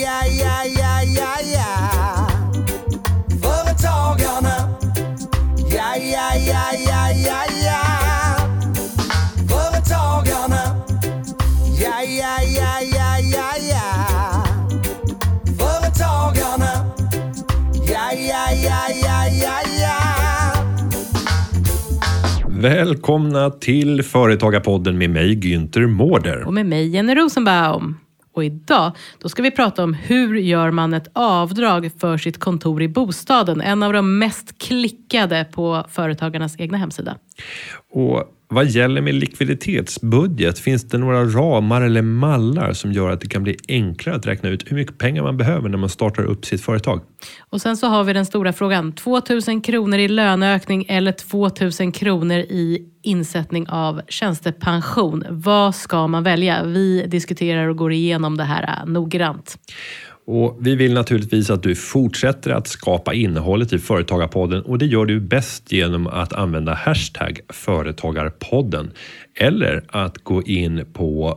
Företagarna. Företagarna. Företagarna. Välkomna till Företagarpodden med mig Günther Mårder. Och med mig Jenny Rosenbaum. Och idag då ska vi prata om hur gör man ett avdrag för sitt kontor i bostaden. En av de mest klickade på företagarnas egna hemsida. Och vad gäller med likviditetsbudget, finns det några ramar eller mallar som gör att det kan bli enklare att räkna ut hur mycket pengar man behöver när man startar upp sitt företag? Och sen så har vi den stora frågan. 2000 kronor i löneökning eller 2000 kronor i insättning av tjänstepension. Vad ska man välja? Vi diskuterar och går igenom det här noggrant. Och vi vill naturligtvis att du fortsätter att skapa innehållet i Företagarpodden, och det gör du bäst genom att använda hashtag Företagarpodden eller att gå in på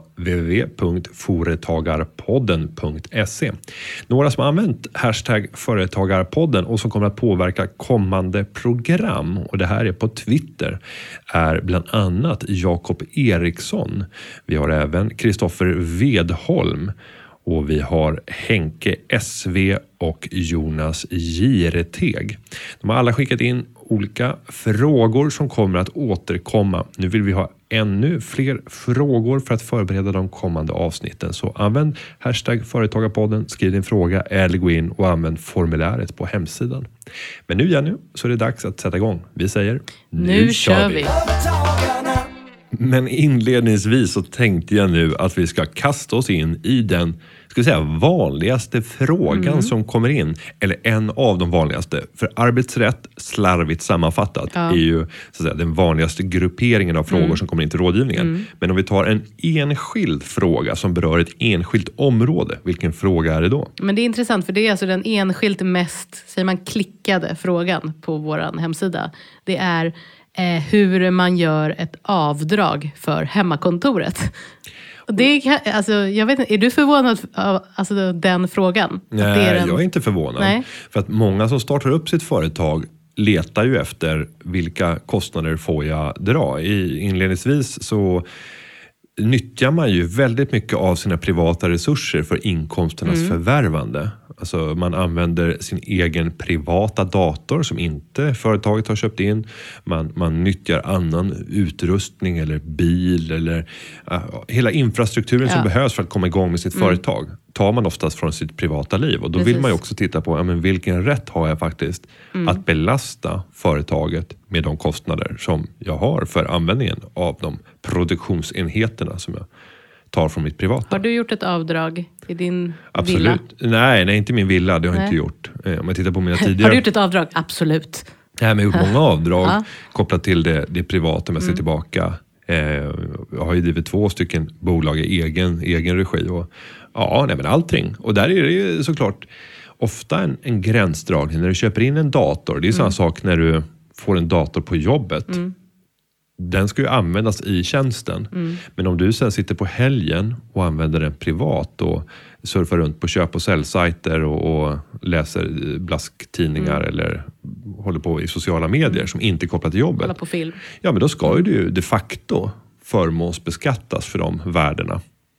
www.foretagarpodden.se. Några som har använt hashtag Företagarpodden och som kommer att påverka kommande program, och det här är på Twitter, är bland annat Jakob Eriksson. Vi har även Kristoffer Vedholm. Och vi har Henke SV och Jonas Jireteg. De har alla skickat in olika frågor som kommer att återkomma. Nu vill vi ha ännu fler frågor för att förbereda de kommande avsnitten. Så använd hashtag Företagarpodden, skriv din fråga eller gå in och använd formuläret på hemsidan. Men nu Jenny, så är det dags att sätta igång. Vi säger, nu kör vi! Men inledningsvis så tänkte jag nu att vi ska kasta oss in i den, ska vi säga, vanligaste frågan som kommer in. Eller en av de vanligaste. För arbetsrätt, slarvigt sammanfattat, är ju så att säga, den vanligaste grupperingen av frågor som kommer in till rådgivningen. Men om vi tar en enskild fråga som berör ett enskilt område, vilken fråga är det då? Men det är intressant, för det är alltså den enskilt mest, säger man, klickade frågan på vår hemsida. Det är hur man gör ett avdrag för hemmakontoret. Och det alltså, jag vet inte, är du förvånad av alltså, den frågan? Nej, jag är inte förvånad. Nej. För att många som startar upp sitt företag letar ju efter vilka kostnader får jag dra. Inledningsvis så nyttjar man ju väldigt mycket av sina privata resurser för inkomsternas förvärvande. Alltså man använder sin egen privata dator som inte företaget har köpt in. Man nyttjar annan utrustning eller bil eller hela infrastrukturen som behövs för att komma igång med sitt företag. Tar man oftast från sitt privata liv. Och då vill man ju också titta på vilken rätt har jag faktiskt att belasta företaget med de kostnader som jag har för användningen av de produktionsenheterna som jag tar från mitt privata. Har du gjort ett avdrag i din Absolut. villa? Nej, inte min villa. Det har jag inte gjort. Om jag tittar på mina tidigare... Har du gjort ett avdrag? Absolut. Nej, men jag har gjort många avdrag kopplat till det privata om jag ser tillbaka. Jag har ju drivit 2 stycken bolag i egen regi. Och, men allting. Och där är det ju såklart ofta en gränsdragning. När du köper in en dator, det är samma sak när du får en dator på jobbet. Den ska ju användas i tjänsten. Men om du sen sitter på helgen och använder den privat och surfar runt på köp- och säljsajter och läser blasktidningar eller håller på i sociala medier som inte är kopplat till jobbet. Hålla på film. Ja, men då ska ju du de facto förmånsbeskattas för de värdena.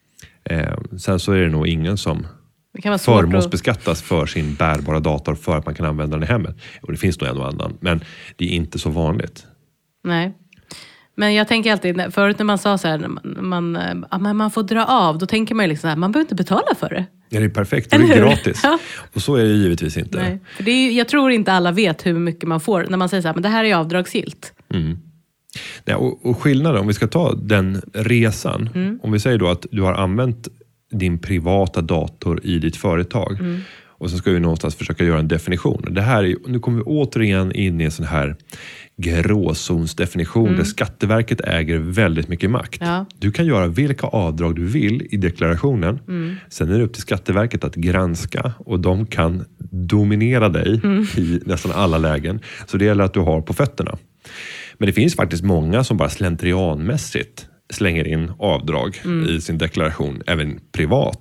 Sen så är det nog ingen som förmånsbeskattas för sin bärbara dator för att man kan använda den i hemmet. Och det finns nog en och annan, men det är inte så vanligt. Nej. Men jag tänker alltid, förut när man sa så här, man får dra av, då tänker man ju liksom här, man behöver inte betala för det. Ja, det är perfekt, det är gratis. Och så är det givetvis inte. Nej. För det är, jag tror inte alla vet hur mycket man får när man säger så här, men det här är avdragsgillt. Nej, och skillnaden, om vi ska ta den resan, om vi säger då att du har använt din privata dator i ditt företag. Och så ska vi någonstans försöka göra en definition. Det här är, nu kommer vi återigen in i en sån här gråzonsdefinition där Skatteverket äger väldigt mycket makt. Ja. Du kan göra vilka avdrag du vill i deklarationen. Sen är det upp till Skatteverket att granska och de kan dominera dig i nästan alla lägen. Så det gäller att du har på fötterna. Men det finns faktiskt många som bara slentrianmässigt slänger in avdrag i sin deklaration, även privat.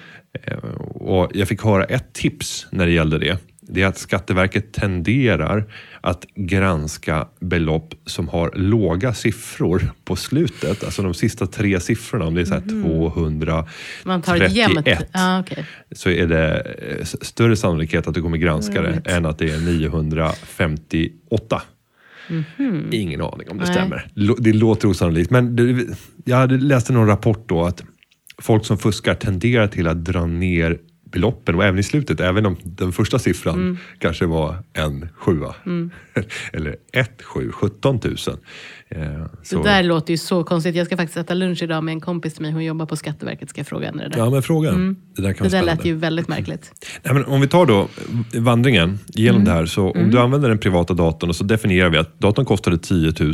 Och jag fick höra ett tips när det gällde det. Det är att Skatteverket tenderar att granska belopp som har låga siffror på slutet. Alltså de sista 3 siffrorna, om det är så här 231. Man tar ett jämnt. Okay. Så är det större sannolikhet att du kommer granska det än att det är 958. Ingen aning om det stämmer. Det låter osannolikt. Men jag läste någon rapport då att folk som fuskar tenderar till att dra ner beloppen, och även i slutet, även om den första siffran kanske var en 7 eller 17 000. Det där låter ju så konstigt. Jag ska faktiskt äta lunch idag med en kompis till mig. Hon jobbar på Skatteverket. Ska jag fråga henne det där? Ja, men fråga. Det där lät ju väldigt märkligt. Nej, men om vi tar då vandringen genom det här. Så om du använder den privata datorn, och så definierar vi att datorn kostade 10 000.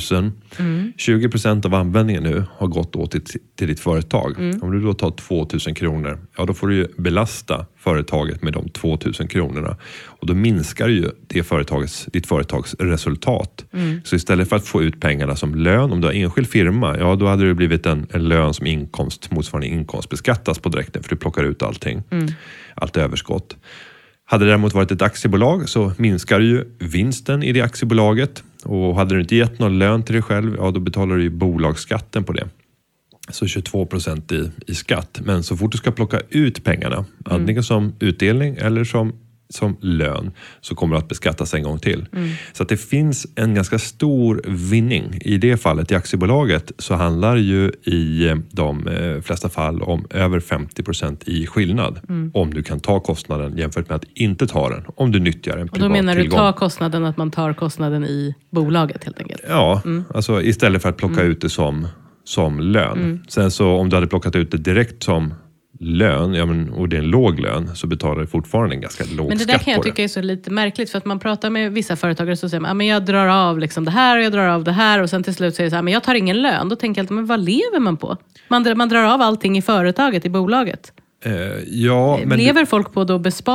20% av användningen nu har gått åt till ditt företag. Om du då tar 2 000 kronor, ja, då får du ju belasta företaget med de 2 000 kronorna. Och då minskar ju ditt företags resultat. Så istället för att få ut pengarna som lön, om du har enskild firma, ja, då hade det blivit en lön som motsvarande inkomst beskattas på direkten, för du plockar ut allting. Allt överskott. Hade det däremot varit ett aktiebolag så minskar ju vinsten i det aktiebolaget. Och hade du inte gett någon lön till dig själv, ja, då betalar du ju bolagsskatten på det. Så 22% i skatt. Men så fort du ska plocka ut pengarna, antingen som utdelning eller som lön, så kommer det att beskattas en gång till. Så att det finns en ganska stor vinning. I det fallet, i aktiebolaget, så handlar ju i de flesta fall om över 50% i skillnad. Om du kan ta kostnaden jämfört med att inte ta den. Om du nyttjar en privat tillgång. Och då menar du ta kostnaden, att man tar kostnaden i bolaget helt enkelt? Ja, alltså istället för att plocka ut det som lön. Sen så om du hade plockat ut det direkt som lön, ja, och det är en låg lön, så betalar du fortfarande en ganska låg skatt på det. Men det där kan jag tycka är så lite märkligt, för att man pratar med vissa företagare så säger man, men jag drar av liksom det här och jag drar av det här, och sen till slut säger så här, men jag tar ingen lön. Då tänker jag alltid, men vad lever man på? Man drar av allting i företaget, i bolaget. Lever folk på då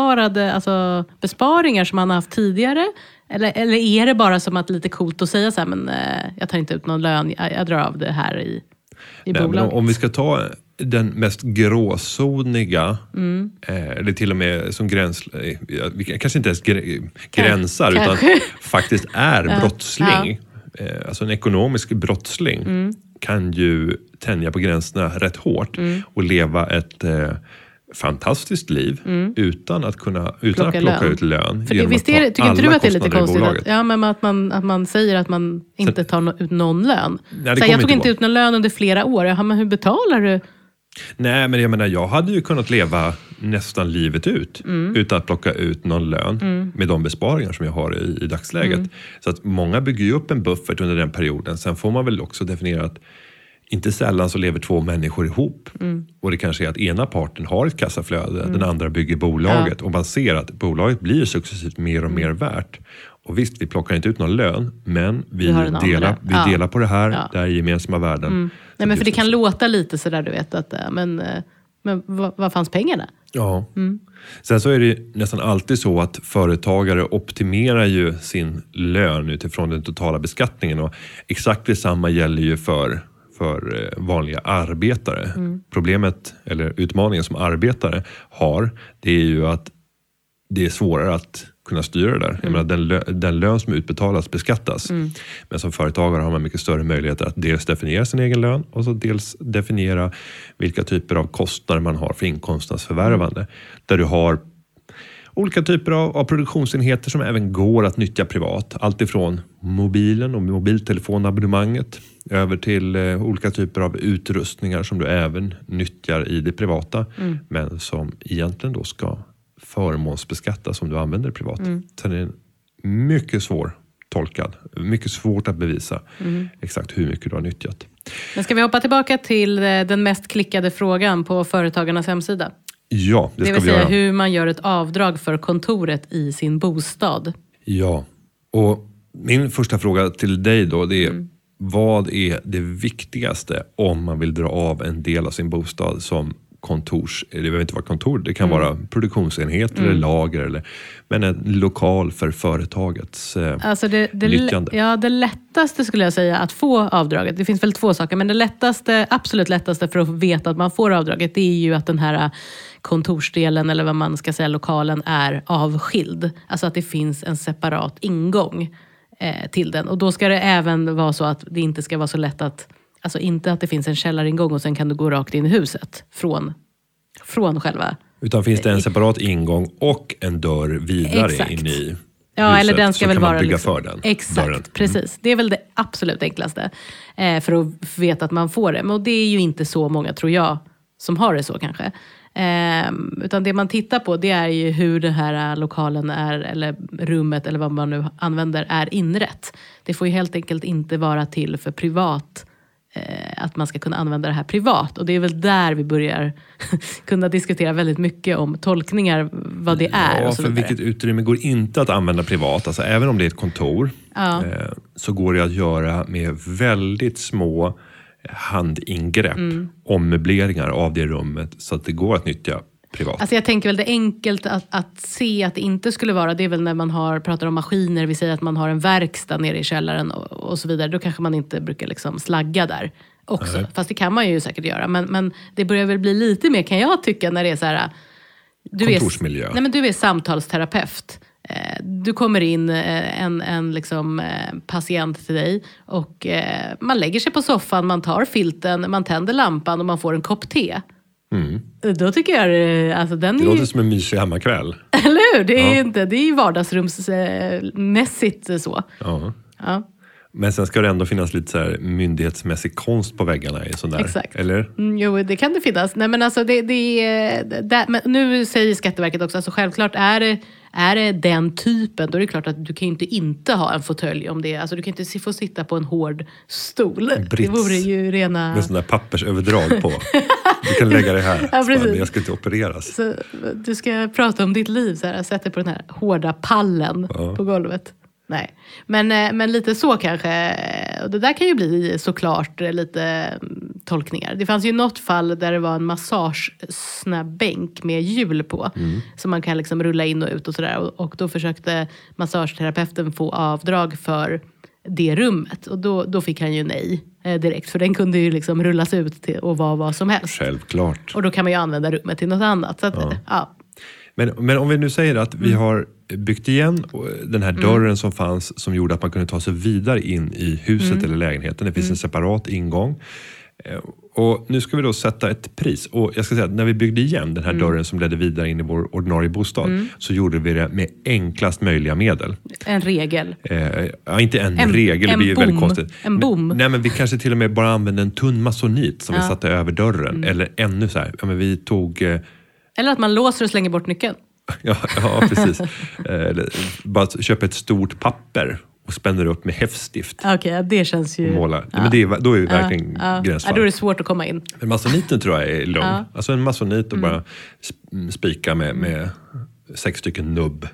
besparingar som man har haft tidigare? Eller är det bara som att lite coolt att säga så här, men jag tar inte ut någon lön, jag drar av det här i bolaget. Om vi ska ta den mest gråzoniga, eller till och med som kanske inte ens gränsar, utan faktiskt är brottsling. Alltså en ekonomisk brottsling kan ju tänja på gränserna rätt hårt och leva ett fantastiskt liv utan att plocka ut lön. För det, visst tycker inte du att det är lite konstigt att man säger att man inte tar ut någon lön? Nej, jag tog inte ut någon lön under flera år. Men hur betalar du? Nej, men jag menar, jag hade ju kunnat leva nästan livet ut utan att plocka ut någon lön med de besparingar som jag har i dagsläget. Så att många bygger ju upp en buffert under den perioden. Sen får man väl också definiera att inte sällan så lever 2 människor ihop. Och det kanske är att ena parten har ett kassaflöde, den andra bygger bolaget. Och man ser att bolaget blir successivt mer och mer värt. Och visst, vi plockar inte ut någon lön, men vi delar på det här. Det är gemensamma värden. Nej, men för det kan låta lite sådär, du vet, att men vad fanns pengarna? Ja. Sen så är det nästan alltid så att företagare optimerar ju sin lön utifrån den totala beskattningen. Och exakt detsamma gäller ju för vanliga arbetare. Problemet, eller utmaningen som arbetare har, det är ju att det är svårare att kunna styra det där. Jag menar, den lön som utbetalas beskattas. Men som företagare har man mycket större möjligheter att dels definiera sin egen lön och så dels definiera vilka typer av kostnader man har för inkomstens förvärvande. Där du har olika typer av produktionsenheter som även går att nyttja privat. Allt ifrån mobilen och mobiltelefonabonnemanget över till olika typer av utrustningar som du även nyttjar i det privata. Men som egentligen då ska förmånsbeskattas om du använder det privat. Sen är det mycket svår tolkad. Mycket svårt att bevisa exakt hur mycket du har nyttjat. Men ska vi hoppa tillbaka till den mest klickade frågan på företagarnas hemsida? Ja, det ska vi göra. Det vill säga hur man gör ett avdrag för kontoret i sin bostad. Ja, och min första fråga till dig då, det är vad är det viktigaste om man vill dra av en del av sin bostad som det behöver inte vara kontor, det kan vara produktionsenhet eller lager, men en lokal för företagets nyttjande. Ja, det lättaste skulle jag säga att få avdraget, det finns väl 2 saker, men det absolut lättaste för att veta att man får avdraget, det är ju att den här kontorsdelen, eller vad man ska säga, lokalen är avskild. Alltså att det finns en separat ingång till den. Och då ska det även vara så att det inte ska vara så lätt att, alltså inte att det finns en källaringång och sen kan du gå rakt in i huset från själva. Utan finns det en separat ingång och en dörr vidare in i huset, eller den ska väl kan man vara bygga liksom, för den. Exakt, dörren. precis. Det är väl det absolut enklaste för att veta att man får det. Men det är ju inte så många, tror jag, som har det så kanske. Utan det man tittar på, det är ju hur den här lokalen är, eller rummet eller vad man nu använder, är inrätt. Det får ju helt enkelt inte vara till för privat, att man ska kunna använda det här privat. Och det är väl där vi börjar kunna diskutera väldigt mycket om tolkningar, vad det är. Ja, och så för vidare. vilket utrymme går inte att använda privat. Alltså även om det är ett kontor så går det att göra med väldigt små handingrepp, ommöbleringar av det rummet så att det går att nyttja privat. Alltså jag tänker väl det är enkelt att se att det inte skulle vara, det är väl när man pratar om maskiner, vi säger att man har en verkstad nere i källaren och så vidare, då kanske man inte brukar liksom slagga där också. Nej. Fast det kan man ju säkert göra, men det börjar väl bli lite mer, kan jag tycka, när det är så här, kontorsmiljö. Du är samtalsterapeut. Du kommer in en liksom, patient till dig och man lägger sig på soffan, man tar filten, man tänder lampan och man får en kopp te. Då tycker jag alltså det låter som en mysig hemmakväll. Eller hur? Det är inte, det är ju vardagsrumsmässigt så. Ja. Men sen ska det ändå finnas lite så här myndighetsmässig konst på väggarna i sån där. Exakt. Eller? Jo, det kan det finnas. Nej, men alltså men nu säger Skatteverket också, alltså självklart är det den typen, då är det klart att du kan ju inte ha en fåtölj om det. Alltså du kan inte få sitta på en hård stol. Det vore ju rena... Med sån där pappersöverdrag på. Du kan lägga det här. Ja, men jag ska inte opereras. Så du ska prata om ditt liv så här, sätta på den här hårda pallen på golvet. Nej, men lite så kanske. Och det där kan ju bli såklart lite tolkningar. Det fanns ju något fall där det var en massagebänk med hjul på. Som man kan liksom rulla in och ut och sådär. Och då försökte massageterapeuten få avdrag för det rummet. Och då fick han ju nej direkt. För den kunde ju liksom rullas ut till och vara vad som helst. Självklart. Och då kan man ju använda rummet till något annat. Så att, ja. Men om vi nu säger att vi har byggt igen den här dörren som fanns, som gjorde att man kunde ta sig vidare in i huset eller lägenheten. Det finns en separat ingång. Och nu ska vi då sätta ett pris. Och jag ska säga att när vi byggde igen den här dörren som ledde vidare in i vår ordinarie bostad, så gjorde vi det med enklast möjliga medel. En regel. Inte en regel, det blir ju väldigt konstigt. En bom. Nej, men vi kanske till och med bara använde en tunn masonit som vi satte över dörren. Eller ännu så här, men vi tog... Eller att man låser och slänger bort nyckeln. Ja, precis. Bara köpa ett stort papper och spänner upp med häftstift. Okej, det känns ju... Måla. Ja. Men då är det verkligen gränsfall. Då är det svårt att komma in. Men masoniten tror jag är lugn. Alltså en masonit och bara spika med 6 stycken nubb.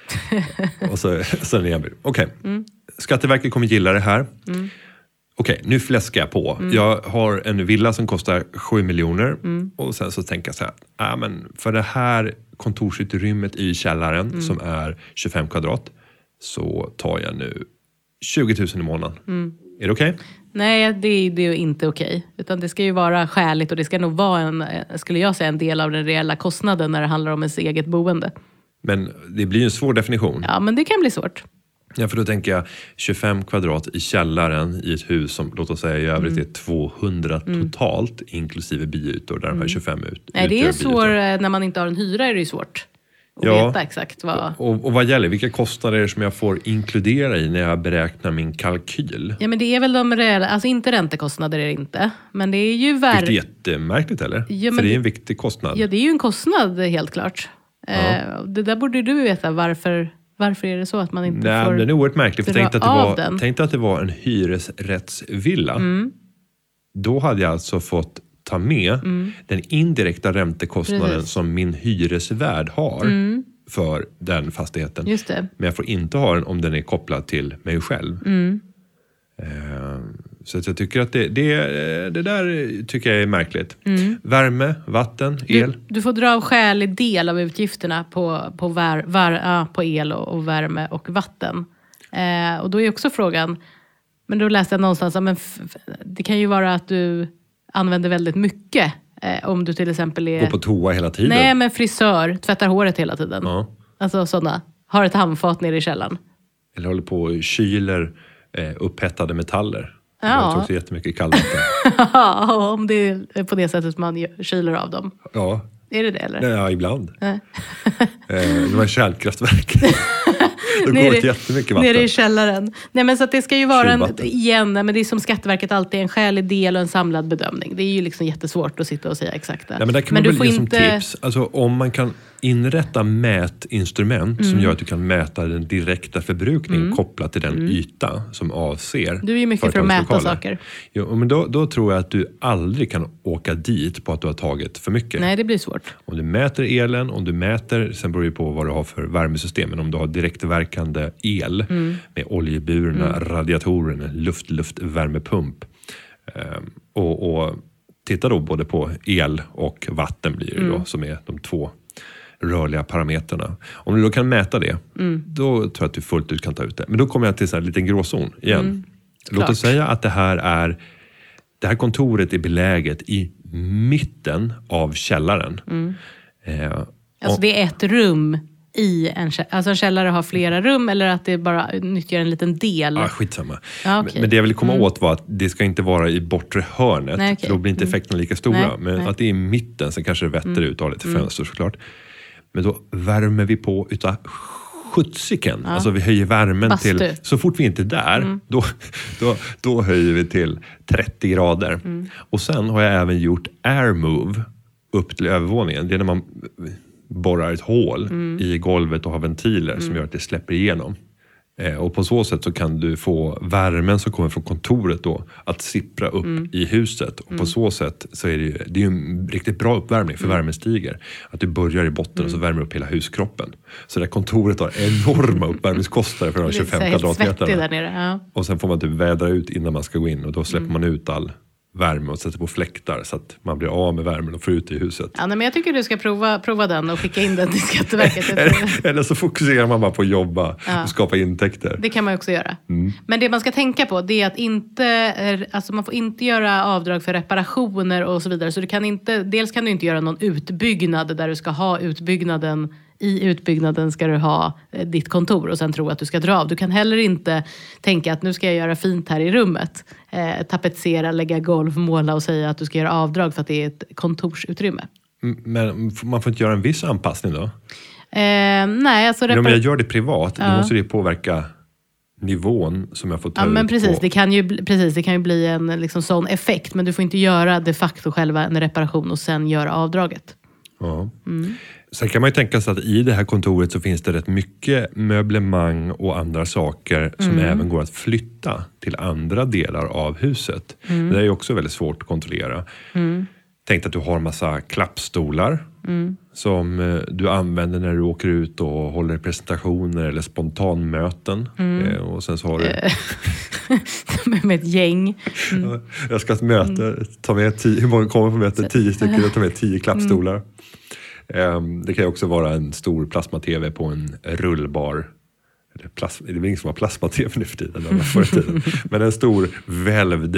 Och så är det jämnt. Okej. Skatteverket kommer gilla det här. Okej, nu fläskar jag på. Jag har en villa som kostar 7 miljoner. Och sen så tänker jag så här. Men för det här kontorsutrymmet i källaren som är 25 kvadrat. Så tar jag nu 20 000 i månaden. Är det okej? Nej, det är ju inte okej. Utan det ska ju vara skäligt och det ska nog vara skulle jag säga, en del av den reella kostnaden när det handlar om ens eget boende. Men det blir ju en svår definition. Ja, men det kan bli svårt. Ja, för då tänker jag 25 kvadrat i källaren i ett hus som, låt oss säga, i övrigt är 200 totalt, inklusive biytor, där de här 25 ut. Nej, det är svårt, när man inte har en hyra är det ju svårt att veta exakt vad... Och vad gäller, vilka kostnader är det som jag får inkludera i när jag beräknar min kalkyl? Ja, men det är väl de reella, alltså inte räntekostnader är det inte, men det är ju Vilket är jättemärkligt, eller? Ja, för det är en viktig kostnad. Ja, det är ju en kostnad, helt klart. Det där borde du veta, varför är det så att man inte får... Den är oerhört märklig, för tänkte att det var en hyresrättsvilla. Då hade jag alltså fått ta med den indirekta räntekostnaden som min hyresvärd har för den fastigheten. Just det. Men jag får inte ha den om den är kopplad till mig själv. Så att jag tycker att det där tycker jag är märkligt. Värme, vatten, el. Du får dra av skälig del av utgifterna på el och värme och vatten. Och då är också frågan, men då läste jag någonstans att det kan ju vara att du använder väldigt mycket. Om du till exempel Går på toa hela tiden. Nej, men frisör, tvättar håret hela tiden. Ja. Alltså sådana. Har ett handfat nere i källaren. Eller håller på och kyler upphettade metaller. Ja. Det har också jättemycket kallvatten. Ja, om det är på det sättet man kyler av dem. Ja. Är det eller? Ja, ibland. Det var kärnkraftverk. Då går det jättemycket vatten. Nere i källaren. Nej, men så att det ska ju vara men det är som Skatteverket alltid en skälig del och en samlad bedömning. Det är ju liksom jättesvårt att sitta och säga exakt det. Nej, men där kan man väl ge som tips. Alltså, om man kan inrätta mätinstrument som gör att du kan mäta den direkta förbrukningen kopplat till den yta som avser. Du är ju mycket för att mäta saker. Jo, men då tror jag att du aldrig kan åka dit på att du har tagit för mycket. Nej, det blir svårt. Om du mäter elen, sen beror det på vad du har för värmesystem. Men om du har direktverkande el med oljeburna radiatorer, en luftvärmepump och titta då både på el och vatten blir det då, som är de två rörliga parametrarna. Om du då kan mäta det, då tror jag att du fullt ut kan ta ut det. Men då kommer jag till en liten gråzon igen. Låt oss säga att det här kontoret är beläget i mitten av källaren. Alltså det är ett rum i en källare har flera rum, eller att det bara nyttjar en liten del? Ja, skitsamma. Ja, okay. Men det jag ville komma åt var att det ska inte vara i bortre hörnet. Nej, okay. För då blir inte effekterna lika stora. Men att det är i mitten, så kanske det vetter ut av lite fönster såklart. Men då värmer vi på utav skjutsiken. Ja. Alltså vi höjer värmen till, så fort vi inte är där, då höjer vi till 30 grader. Och sen har jag även gjort air move upp till övervåningen. Det är när man borrar ett hål i golvet och har ventiler som gör att det släpper igenom. Och på så sätt så kan du få värmen som kommer från kontoret då att sippra upp i huset. Och på så sätt så är det är ju en riktigt bra uppvärmning, för värmen stiger. Att du börjar i botten och så värmer upp hela huskroppen. Så det kontoret har enorma uppvärmningskostnader för de 25 kvadratmeterna. Där nere, ja. Och sen får man typ vädra ut innan man ska gå in, och då släpper man ut all värme och sätter på fläktar så att man blir av med värmen och får ut i huset. Ja, men jag tycker du ska prova den och skicka in den till Skatteverket. Eller så fokuserar man bara på att jobba och skapa intäkter. Det kan man också göra. Men det man ska tänka på, det är att man får inte göra avdrag för reparationer och så vidare. Så dels kan du inte göra någon utbyggnad där du ska ha utbyggnaden. I utbyggnaden ska du ha ditt kontor och sen tro att du ska dra av. Du kan heller inte tänka att nu ska jag göra fint här i rummet. Tapetsera, lägga golv, måla och säga att du ska göra avdrag för att det är ett kontorsutrymme. Men man får inte göra en viss anpassning då? Nej, alltså... Men om jag gör det privat, då måste det påverka nivån som jag får ta ut men precis, på. Det kan ju bli en liksom sån effekt. Men du får inte göra de facto själva en reparation och sen göra avdraget. Ja. Sen kan man ju tänka sig att i det här kontoret så finns det rätt mycket möblemang och andra saker som även går att flytta till andra delar av huset. Det är ju också väldigt svårt att kontrollera. Tänk att du har en massa klappstolar som du använder när du åker ut och håller presentationer eller spontanmöten. Och sen så har du... med ett gäng. Jag ska ta med 10, hur många kommer på mötet? 10 stycken, jag tar med 10 klappstolar. Det kan ju också vara en stor plasma-tv på en rullbar. Det är väl ingen som har plasma-tv nu för tiden. Men en stor välvd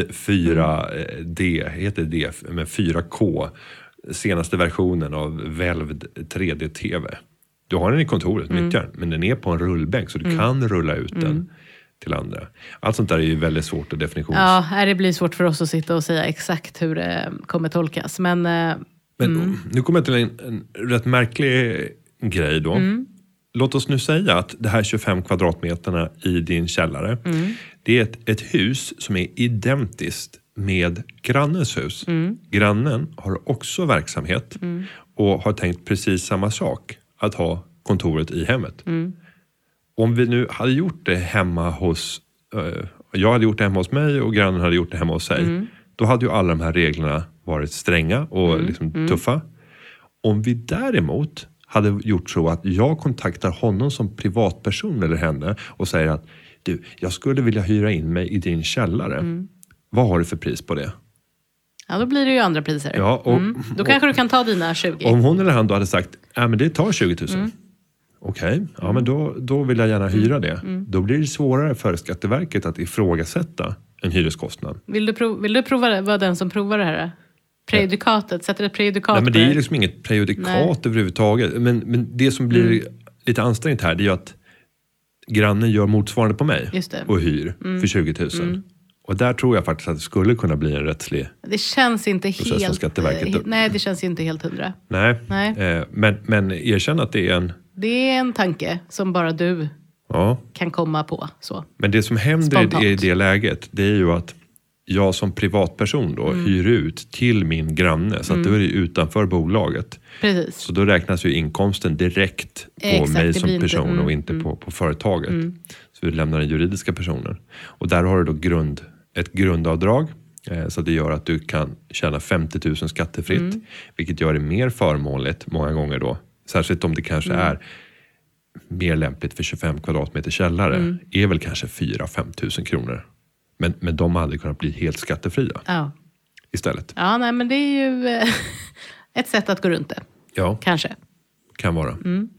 4D, heter det, med 4K. Senaste versionen av välvd 3D-tv. Du har den i kontoret, nyttjar, men den är på en rullbänk så du kan rulla ut den till andra. Allt sånt där är ju väldigt svårt att definitions. Ja, det blir svårt för oss att sitta och säga exakt hur det kommer tolkas. Men nu kommer jag till en rätt märklig grej då. Låt oss nu säga att det här 25 kvadratmeterna i din källare, det är ett hus som är identiskt med grannens hus. Grannen har också verksamhet och har tänkt precis samma sak, att ha kontoret i hemmet. Om vi nu hade gjort det hemma hos... jag hade gjort det hemma hos mig och grannen hade gjort det hemma hos sig. Då hade ju alla de här reglerna varit stränga och liksom tuffa. Om vi däremot hade gjort så att jag kontaktar honom som privatperson eller henne och säger att du, jag skulle vilja hyra in mig i din källare. vad har du för pris på det? Ja, då blir det ju andra priser. Ja, och, Då kanske du kan ta dina 20. Om hon eller han då hade sagt, men det tar 20 000. Okej, men då vill jag gärna hyra det. Då blir det svårare för Skatteverket att ifrågasätta en hyreskostnad. Vill du prova vara den som provar det här? Prejudikatet, sätter ett prejudikat. Nej, men det är ju liksom inget prejudikat överhuvudtaget. Men det som blir lite ansträngt här, det är ju att grannen gör motsvarande på mig och hyr för 20 000. Och där tror jag faktiskt att det skulle kunna bli en rättslig det känns inte process från Skatteverket. Nej, det känns inte helt 100. Nej. Men erkänn att det är en... Det är en tanke som bara du kan komma på. Så. Men det som händer spontant i det läget, det är ju att jag som privatperson då hyr ut till min granne. Så att då är det utanför bolaget. Precis. Så då räknas ju inkomsten direkt på mig som person och inte på företaget. Så vi lämnar den juridiska personen. Och där har du då ett grundavdrag. Så det gör att du kan tjäna 50 000 skattefritt. Vilket gör det mer förmånligt många gånger då. Särskilt om det kanske är mer lämpligt för 25 kvadratmeter källare. Är väl kanske 4-5 000 kronor. Men de hade kunnat bli helt skattefria istället. Ja, nej, men det är ju ett sätt att gå runt det. Ja, kanske. Kan vara.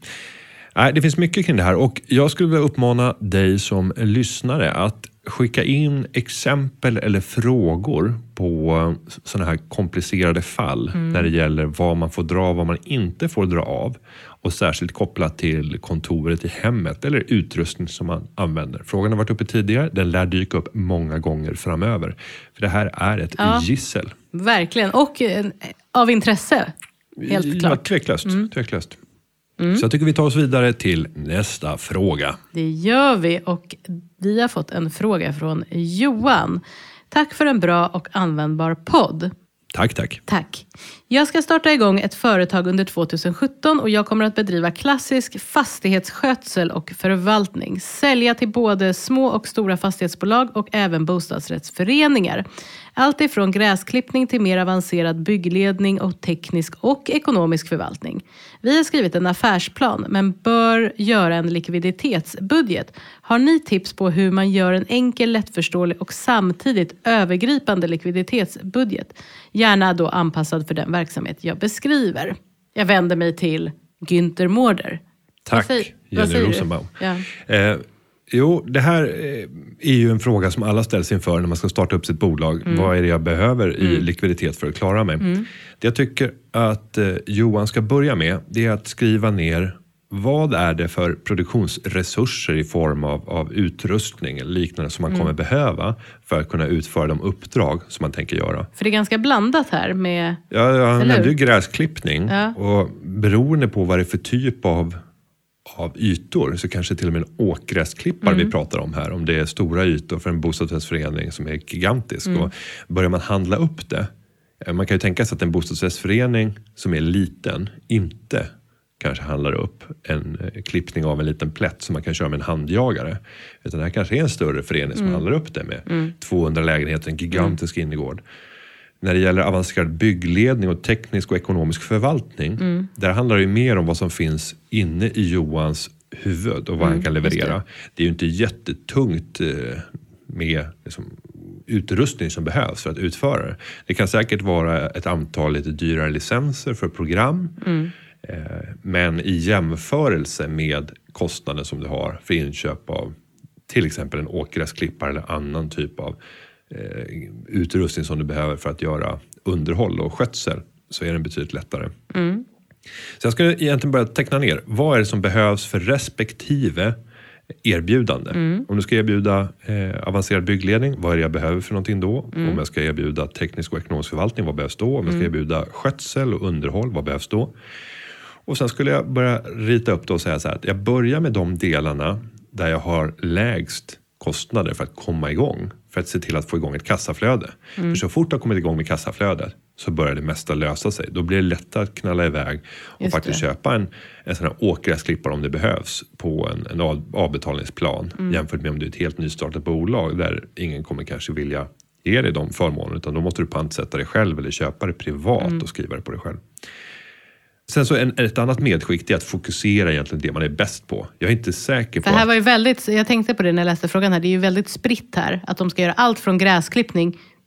Nej, det finns mycket kring det här och jag skulle vilja uppmana dig som lyssnare att skicka in exempel eller frågor på sådana här komplicerade fall när det gäller vad man får dra, vad man inte får dra av och särskilt kopplat till kontoret i hemmet eller utrustning som man använder. Frågan har varit uppe tidigare, den lär dyka upp många gånger framöver. För det här är ett gissel. Verkligen, och av intresse, helt klart. Ja, tveklöst. Så jag tycker vi tar oss vidare till nästa fråga. Det gör vi och vi har fått en fråga från Johan. Tack för en bra och användbar podd. Tack. Jag ska starta igång ett företag under 2017 och jag kommer att bedriva klassisk fastighetsskötsel och förvaltning. Sälja till både små och stora fastighetsbolag och även bostadsrättsföreningar. Allt ifrån gräsklippning till mer avancerad byggledning och teknisk och ekonomisk förvaltning. Vi har skrivit en affärsplan men bör göra en likviditetsbudget. Har ni tips på hur man gör en enkel, lättförståelig och samtidigt övergripande likviditetsbudget? Gärna då anpassad för den verksamhet jag beskriver. Jag vänder mig till Günther Mårder. Tack, Jenny Rosenbaum. Ja. Jo, det här är ju en fråga som alla ställs inför när man ska starta upp sitt bolag. Vad är det jag behöver i likviditet för att klara mig? Det jag tycker att Johan ska börja med, det är att skriva ner vad är det för produktionsresurser i form av utrustning eller liknande som man kommer behöva för att kunna utföra de uppdrag som man tänker göra. För det är ganska blandat här med... Ja, jag nämnde ju gräsklippning och beroende på vad det är för typ av ytor så kanske till och med en åkgräsklippare vi pratar om här. Om det är stora ytor för en bostadsrättsförening som är gigantisk. Och börjar man handla upp det. Man kan ju tänka sig att en bostadsrättsförening som är liten inte kanske handlar upp en klippning av en liten plätt som man kan köra med en handjagare. Utan det här kanske är en större förening som handlar upp det med 200 lägenheter, en gigantisk innergård. När det gäller avancerad byggledning och teknisk och ekonomisk förvaltning. Där handlar det ju mer om vad som finns inne i Johans huvud och vad han kan leverera. Det är ju inte jättetungt med liksom, utrustning som behövs för att utföra det. Det kan säkert vara ett antal lite dyrare licenser för program. Men i jämförelse med kostnaden som du har för inköp av till exempel en åkgräsklippare eller annan typ av utrustning som du behöver för att göra underhåll och skötsel så är den betydligt lättare. Så jag skulle egentligen börja teckna ner. Vad är det som behövs för respektive erbjudande? Om du ska erbjuda avancerad byggledning, vad är det jag behöver för någonting då? Om jag ska erbjuda teknisk och ekonomisk förvaltning, vad behövs då? Om jag ska erbjuda skötsel och underhåll, vad behövs då? Och sen skulle jag börja rita upp det och säga så här att jag börjar med de delarna där jag har lägst kostnader för att komma igång. För att se till att få igång ett kassaflöde. För så fort jag kommit igång med kassaflödet så börjar det mesta lösa sig. Då blir det lättare att knalla iväg och faktiskt köpa en sån här åkgräsklippare om det behövs på en avbetalningsplan. Jämfört med om du är ett helt nystartat bolag där ingen kommer kanske vilja ge dig de förmånerna. Utan då måste du pantsätta det själv eller köpa det privat och skriva det på dig själv. Sen så ett annat medskick är att fokusera egentligen det man är bäst på. Jag är inte säker på... För här var ju väldigt, jag tänkte på det när jag läste frågan här, det är ju väldigt spritt här. Att de ska göra allt från gräsklippning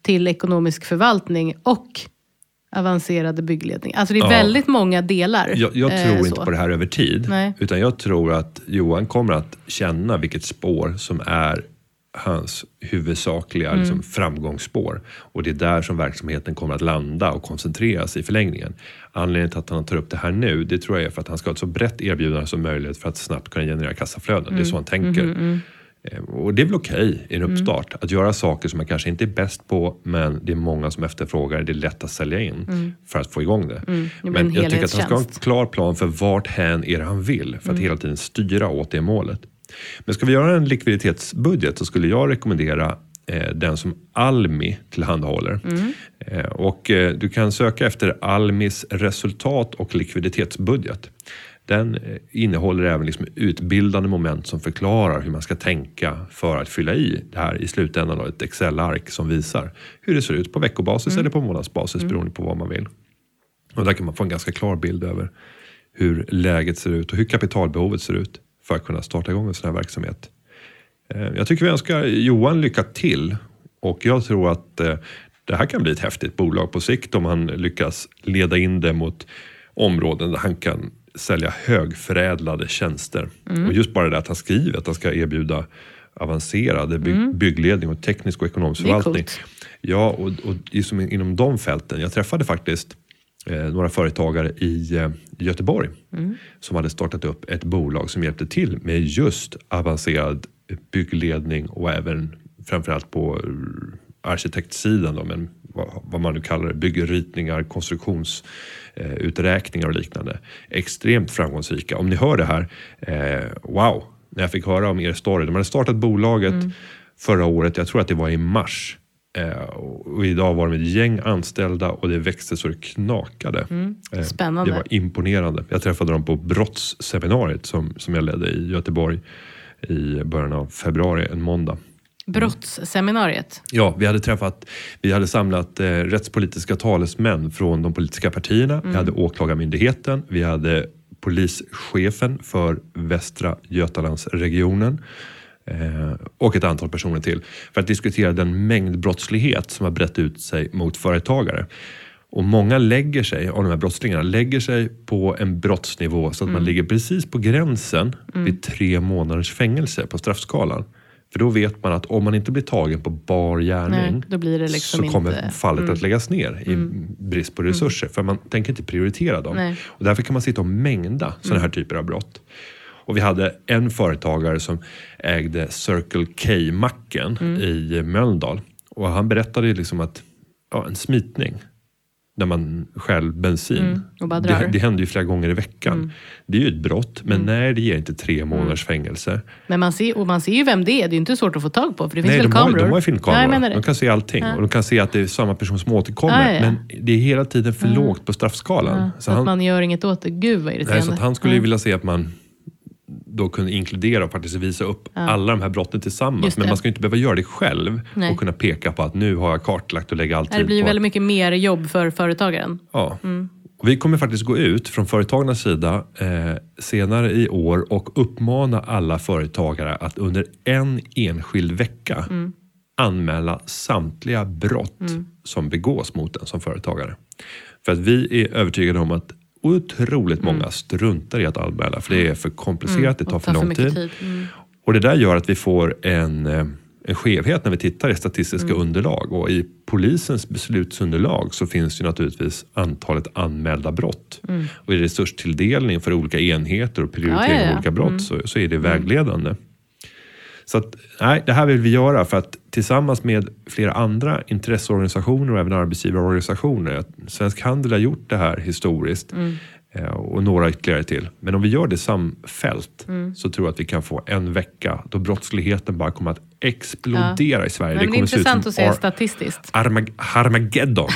till ekonomisk förvaltning och avancerade byggledning. Alltså det är väldigt många delar. Jag tror inte på det här över tid. Nej. Utan jag tror att Johan kommer att känna vilket spår som är hans huvudsakliga liksom, framgångsspår. Och det är där som verksamheten kommer att landa och koncentreras i förlängningen. Anledningen till att han tar upp det här nu, det tror jag är för att han ska ha ett så brett erbjudande som möjligt för att snabbt kunna generera kassaflöden. Det är så han tänker. Och det är väl okej i en uppstart att göra saker som man kanske inte är bäst på, men det är många som efterfrågar, det är lätt att sälja in för att få igång det. Men jag tycker att han ska ha en klar plan för vart hän är det han vill för att hela tiden styra åt det målet. Men ska vi göra en likviditetsbudget så skulle jag rekommendera den som Almi tillhandahåller. Och du kan söka efter Almis resultat- och likviditetsbudget. Den innehåller även liksom utbildande moment som förklarar hur man ska tänka för att fylla i det här i slutändan av ett Excel-ark som visar hur det ser ut på veckobasis eller på månadsbasis beroende på vad man vill. Och där kan man få en ganska klar bild över hur läget ser ut och hur kapitalbehovet ser ut för att kunna starta igång en sån här verksamhet. Jag tycker vi önskar Johan lycka till och jag tror att det här kan bli ett häftigt bolag på sikt om han lyckas leda in det mot områden där han kan sälja högförädlade tjänster. Och just bara det att han skriver att han ska erbjuda avancerade byggledning och teknisk och ekonomisk förvaltning. Ja, och liksom inom de fälten. Jag träffade faktiskt några företagare i Göteborg som hade startat upp ett bolag som hjälpte till med just avancerad byggledning och även framförallt på arkitektsidan då, men vad man nu kallar det, byggritningar, konstruktionsuträkningar och liknande. Extremt framgångsrika. Om ni hör det här, wow, när jag fick höra om er story. De hade startat bolaget förra året, jag tror att det var i mars. Och idag var de ett gäng anställda och det växte så det knakade. Spännande. Det var imponerande. Jag träffade dem på brottsseminariet som jag ledde i Göteborg i början av februari, en måndag. Brottsseminariet? Ja, vi hade samlat rättspolitiska talesmän från de politiska partierna. Vi hade åklagarmyndigheten, vi hade polischefen för Västra Götalandsregionen och ett antal personer till för att diskutera den mängd brottslighet som har brett ut sig mot företagare. Och många lägger sig, av de här brottslingarna, lägger sig på en brottsnivå så att man ligger precis på gränsen vid 3 månaders fängelse på straffskalan. För då vet man att om man inte blir tagen på bar gärning då blir det liksom så kommer fallet att läggas ner i brist på resurser. För man tänker inte prioritera dem. Nej. Och därför kan man sitta och mängda sådana här typer av brott. Och vi hade en företagare som ägde Circle K-macken i Mölndal. Och han berättade liksom att en smitning när man stjäl bensin. Och bara drar. Det händer ju flera gånger i veckan. Det är ju ett brott, men nej, det ger inte 3 månaders fängelse. Men man ser ju vem det är. Det är ju inte svårt att få tag på, för det finns väl kameror. De har ju filmkameror. Nej, de kan se allting. Och de kan se att det är samma person som återkommer. Men det är hela tiden för lågt på straffskalan. Så att man gör inget åt det. Gud vad irriterande. Nej, så att han skulle ju vilja se att man då kunde inkludera och faktiskt visa upp alla de här brotten tillsammans. Men man ska ju inte behöva göra det själv och kunna peka på att nu har jag kartlagt och lägga all tid på. Det blir ju väldigt mycket mer jobb för företagaren. Ja. Och vi kommer faktiskt gå ut från företagarnas sida senare i år och uppmana alla företagare att under en enskild vecka anmäla samtliga brott som begås mot en som företagare. För att vi är övertygade om att otroligt många struntar i att anmäla för det är för komplicerat, det tar för lång tid. Och det där gör att vi får en skevhet när vi tittar i statistiska underlag och i polisens beslutsunderlag så finns ju naturligtvis antalet anmälda brott. Och i resurstilldelning för olika enheter och prioritering av olika brott så är det vägledande. Så att, nej, det här vill vi göra för att tillsammans med flera andra intresseorganisationer och även arbetsgivarorganisationer. Svensk Handel har gjort det här historiskt och några ytterligare till. Men om vi gör det samfällt så tror jag att vi kan få en vecka då brottsligheten bara kommer att explodera i Sverige. Men det är intressant att se statistiskt. Armageddon.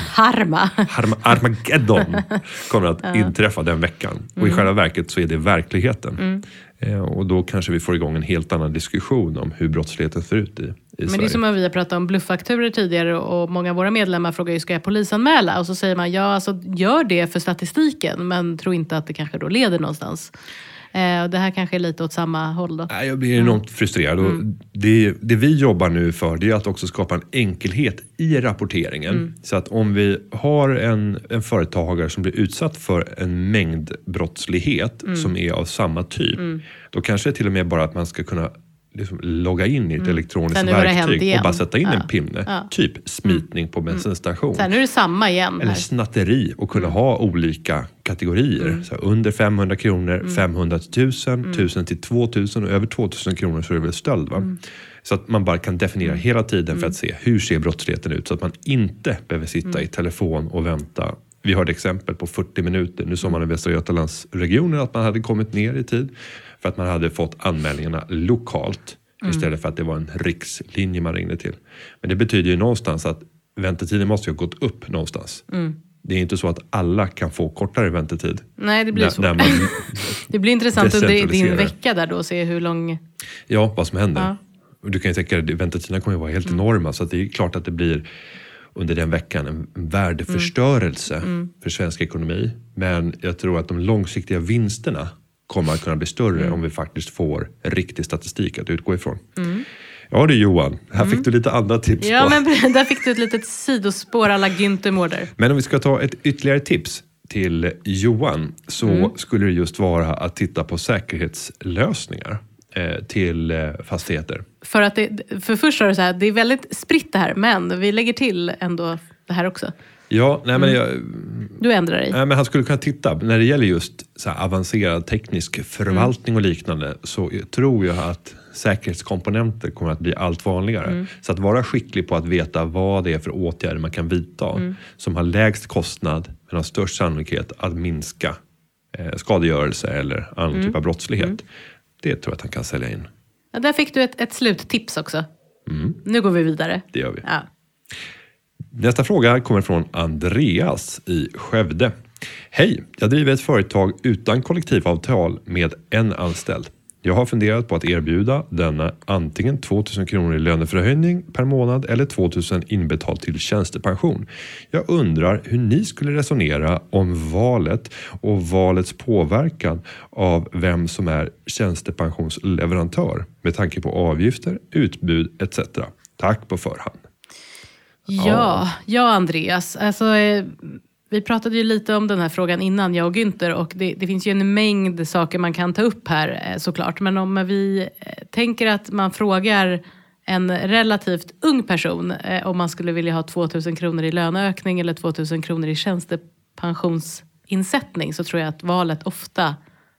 Armageddon kommer att inträffa den veckan. Och i själva verket så är det verkligheten. Och då kanske vi får igång en helt annan diskussion om hur brottsligheten ser ut i Sverige. Men det är som att vi har pratat om bluffakturer tidigare och många av våra medlemmar frågar ju, ska jag polisanmäla? Och så säger man, ja alltså gör det för statistiken men tror inte att det kanske då leder någonstans. Och det här kanske är lite åt samma håll då. Jag blir enormt frustrerad. Och det vi jobbar nu för, det är att också skapa en enkelhet i rapporteringen. Så att om vi har en företagare som blir utsatt för en mängd brottslighet som är av samma typ, då kanske det till och med bara att man ska kunna liksom logga in i ett elektroniskt verktyg och bara sätta in en pinne. Typ smitning på bensinstation. Sen är det samma igen. Eller snatteri och kunna ha olika kategorier. Så under 500 kronor, 500 till 1000, 1000 till 2000 och över 2000 kronor så är det väl stöld, va? Så att man bara kan definiera hela tiden för att se hur ser brottsligheten ut så att man inte behöver sitta i telefon och vänta. Vi har ett exempel på 40 minuter. Nu såg man i Västra Götalandsregionen att man hade kommit ner i tid för att man hade fått anmälningarna lokalt istället för att det var en rikslinje man ringde till. Men det betyder ju någonstans att väntetiden måste ju ha gått upp någonstans. Det är inte så att alla kan få kortare väntetid. Nej, det blir så. Det blir intressant under din vecka där då, se hur lång... Ja, vad som händer. Du kan ju tänka dig, väntetiderna kommer ju vara helt enorma, så att det är klart att det blir under den veckan en värdeförstörelse för svensk ekonomi. Men jag tror att de långsiktiga vinsterna kommer att kunna bli större om vi faktiskt får riktig statistik att utgå ifrån. Ja du Johan, här fick du lite andra tips. Ja, men där fick du ett litet sidospår alla Günther Mårder. Men om vi ska ta ett ytterligare tips till Johan så skulle det just vara att titta på säkerhetslösningar till fastigheter. För först är det så här, det är väldigt spritt det här, men vi lägger till ändå det här också. Ja, nej men du ändrar dig. Nej, men han skulle kunna titta när det gäller just så här avancerad teknisk förvaltning och liknande, så tror jag att säkerhetskomponenter kommer att bli allt vanligare. Så att vara skicklig på att veta vad det är för åtgärder man kan vidta som har lägst kostnad men har störst sannolikhet att minska skadegörelse eller annan typ av brottslighet. Det tror jag att han kan sälja in. Ja, där fick du ett sluttips också. Nu går vi vidare. Det gör vi. Ja. Nästa fråga kommer från Andreas i Skövde. Hej, jag driver ett företag utan kollektivavtal med en anställd. Jag har funderat på att erbjuda denna antingen 2000 kronor i löneförhöjning per månad eller 2000 inbetalt till tjänstepension. Jag undrar hur ni skulle resonera om valet och valets påverkan av vem som är tjänstepensionsleverantör med tanke på avgifter, utbud etc. Tack på förhand. Ja Andreas. Alltså, vi pratade ju lite om den här frågan innan, jag och Günther, och det finns ju en mängd saker man kan ta upp här såklart. Men om vi tänker att man frågar en relativt ung person om man skulle vilja ha 2000 kronor i löneökning eller 2000 kronor i tjänstepensionsinsättning, så tror jag att valet ofta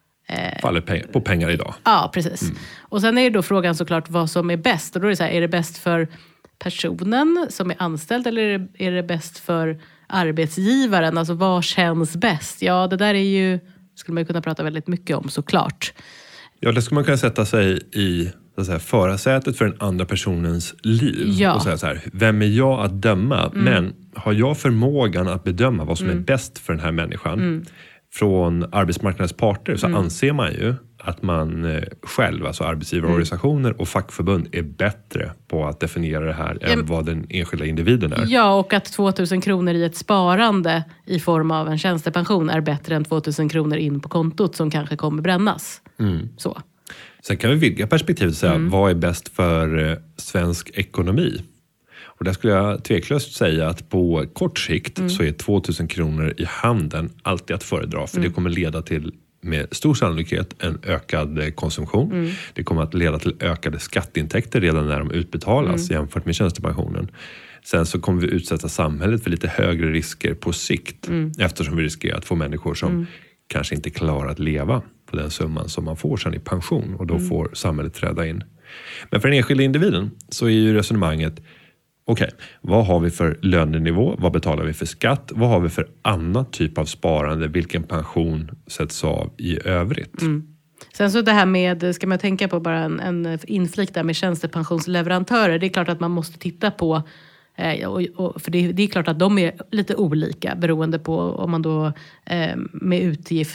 faller på pengar idag. Ja, precis. Och sen är det då frågan såklart vad som är bäst. Och då är det så här, är det bäst för personen som är anställd eller är det bäst för arbetsgivaren? Alltså vad känns bäst? Ja, det där är ju, skulle man kunna prata väldigt mycket om såklart. Ja, det skulle man kunna sätta sig i så att säga, förarsätet för den andra personens liv. Och säga så här, vem är jag att döma? Men har jag förmågan att bedöma vad som är bäst för den här människan? Från arbetsmarknadens parter så anser man ju att man själv, alltså arbetsgivarorganisationer och fackförbund, är bättre på att definiera det här än vad den enskilda individen är. Ja, och att 2000 kronor i ett sparande i form av en tjänstepension är bättre än 2000 kronor in på kontot som kanske kommer brännas. Så. Sen kan vi vidga perspektivet och säga, vad är bäst för svensk ekonomi? Och där skulle jag tveklöst säga att på kort sikt så är 2000 kronor i handen alltid att föredra. För det kommer leda till med stor sannolikhet en ökad konsumtion. Det kommer att leda till ökade skatteintäkter redan när de utbetalas jämfört med tjänstepensionen. Sen så kommer vi utsätta samhället för lite högre risker på sikt. Eftersom vi riskerar att få människor som kanske inte klarar att leva på den summan som man får sen i pension. Och då får samhället träda in. Men för den enskilda individen så är ju resonemanget, okej, vad har vi för lönenivå? Vad betalar vi för skatt? Vad har vi för annan typ av sparande? Vilken pension sätts av i övrigt? Sen så det här med, ska man tänka på bara en inflik där med tjänstepensionsleverantörer. Det är klart att man måste titta på, för det är klart att de är lite olika beroende på om man då med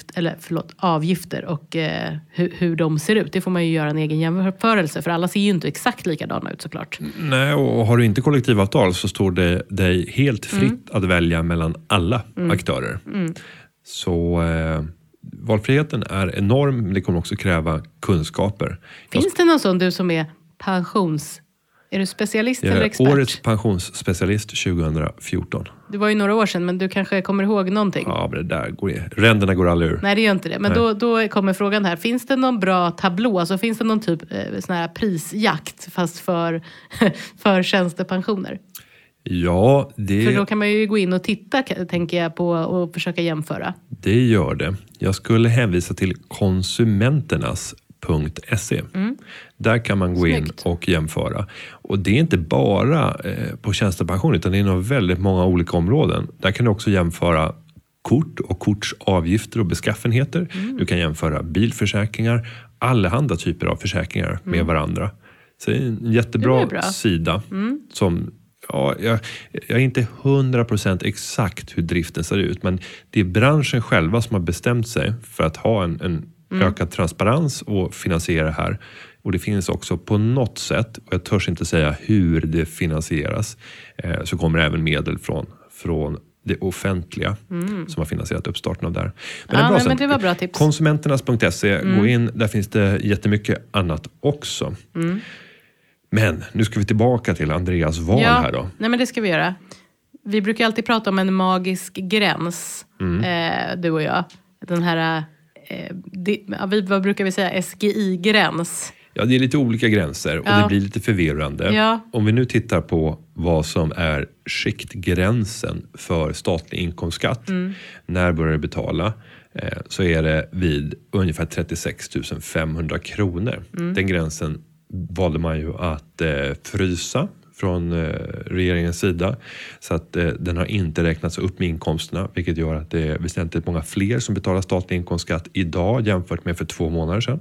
avgifter och hur de ser ut. Det får man ju göra en egen jämförelse, för alla ser ju inte exakt likadana ut såklart. Nej, och har du inte kollektivavtal så står det dig helt fritt att välja mellan alla aktörer. Så valfriheten är enorm, men det kommer också kräva kunskaper. Finns det någon sån, du som är är du specialist eller expert? Årets pensionsspecialist 2014. Det var ju några år sedan, men du kanske kommer ihåg någonting? Ja, men ränderna går aldrig ur. Nej, det gör inte det. Men då kommer frågan här. Finns det någon bra tablå? Alltså, finns det någon typ sån här prisjakt fast för tjänstepensioner? Ja, För då kan man ju gå in och titta, tänker jag, på och försöka jämföra. Det gör det. Jag skulle hänvisa till konsumenternas.se. Där kan man gå in och jämföra. Och det är inte bara på tjänstepension, utan det är inom väldigt många olika områden. Där kan du också jämföra kort och kortsavgifter och beskaffenheter. Du kan jämföra bilförsäkringar, allehanda typer av försäkringar med varandra. Så det är en jättebra sida som... Ja, jag är inte 100% exakt hur driften ser ut, men det är branschen själva som har bestämt sig för att ha en ökad transparens och finansiera det här. Och det finns också på något sätt, och jag törs inte säga hur det finansieras, så kommer även medel från det offentliga som har finansierat uppstarten av det här. Men det var bra tips. Konsumenternas.se, gå in, där finns det jättemycket annat också. Men nu ska vi tillbaka till Andreas val här då. Nej, men det ska vi göra. Vi brukar alltid prata om en magisk gräns, du och jag. Den här, vad brukar vi säga, SGI-gräns. Ja, det är lite olika gränser och det blir lite förvirrande. Ja. Om vi nu tittar på vad som är skiktgränsen för statlig inkomstskatt, när börjar du betala, så är det vid ungefär 36 500 kronor. Den gränsen valde man ju att frysa från regeringens sida, så att den har inte räknats upp med inkomsterna, vilket gör att det är väsentligt många fler som betalar statlig inkomstskatt idag jämfört med för 2 månader sedan,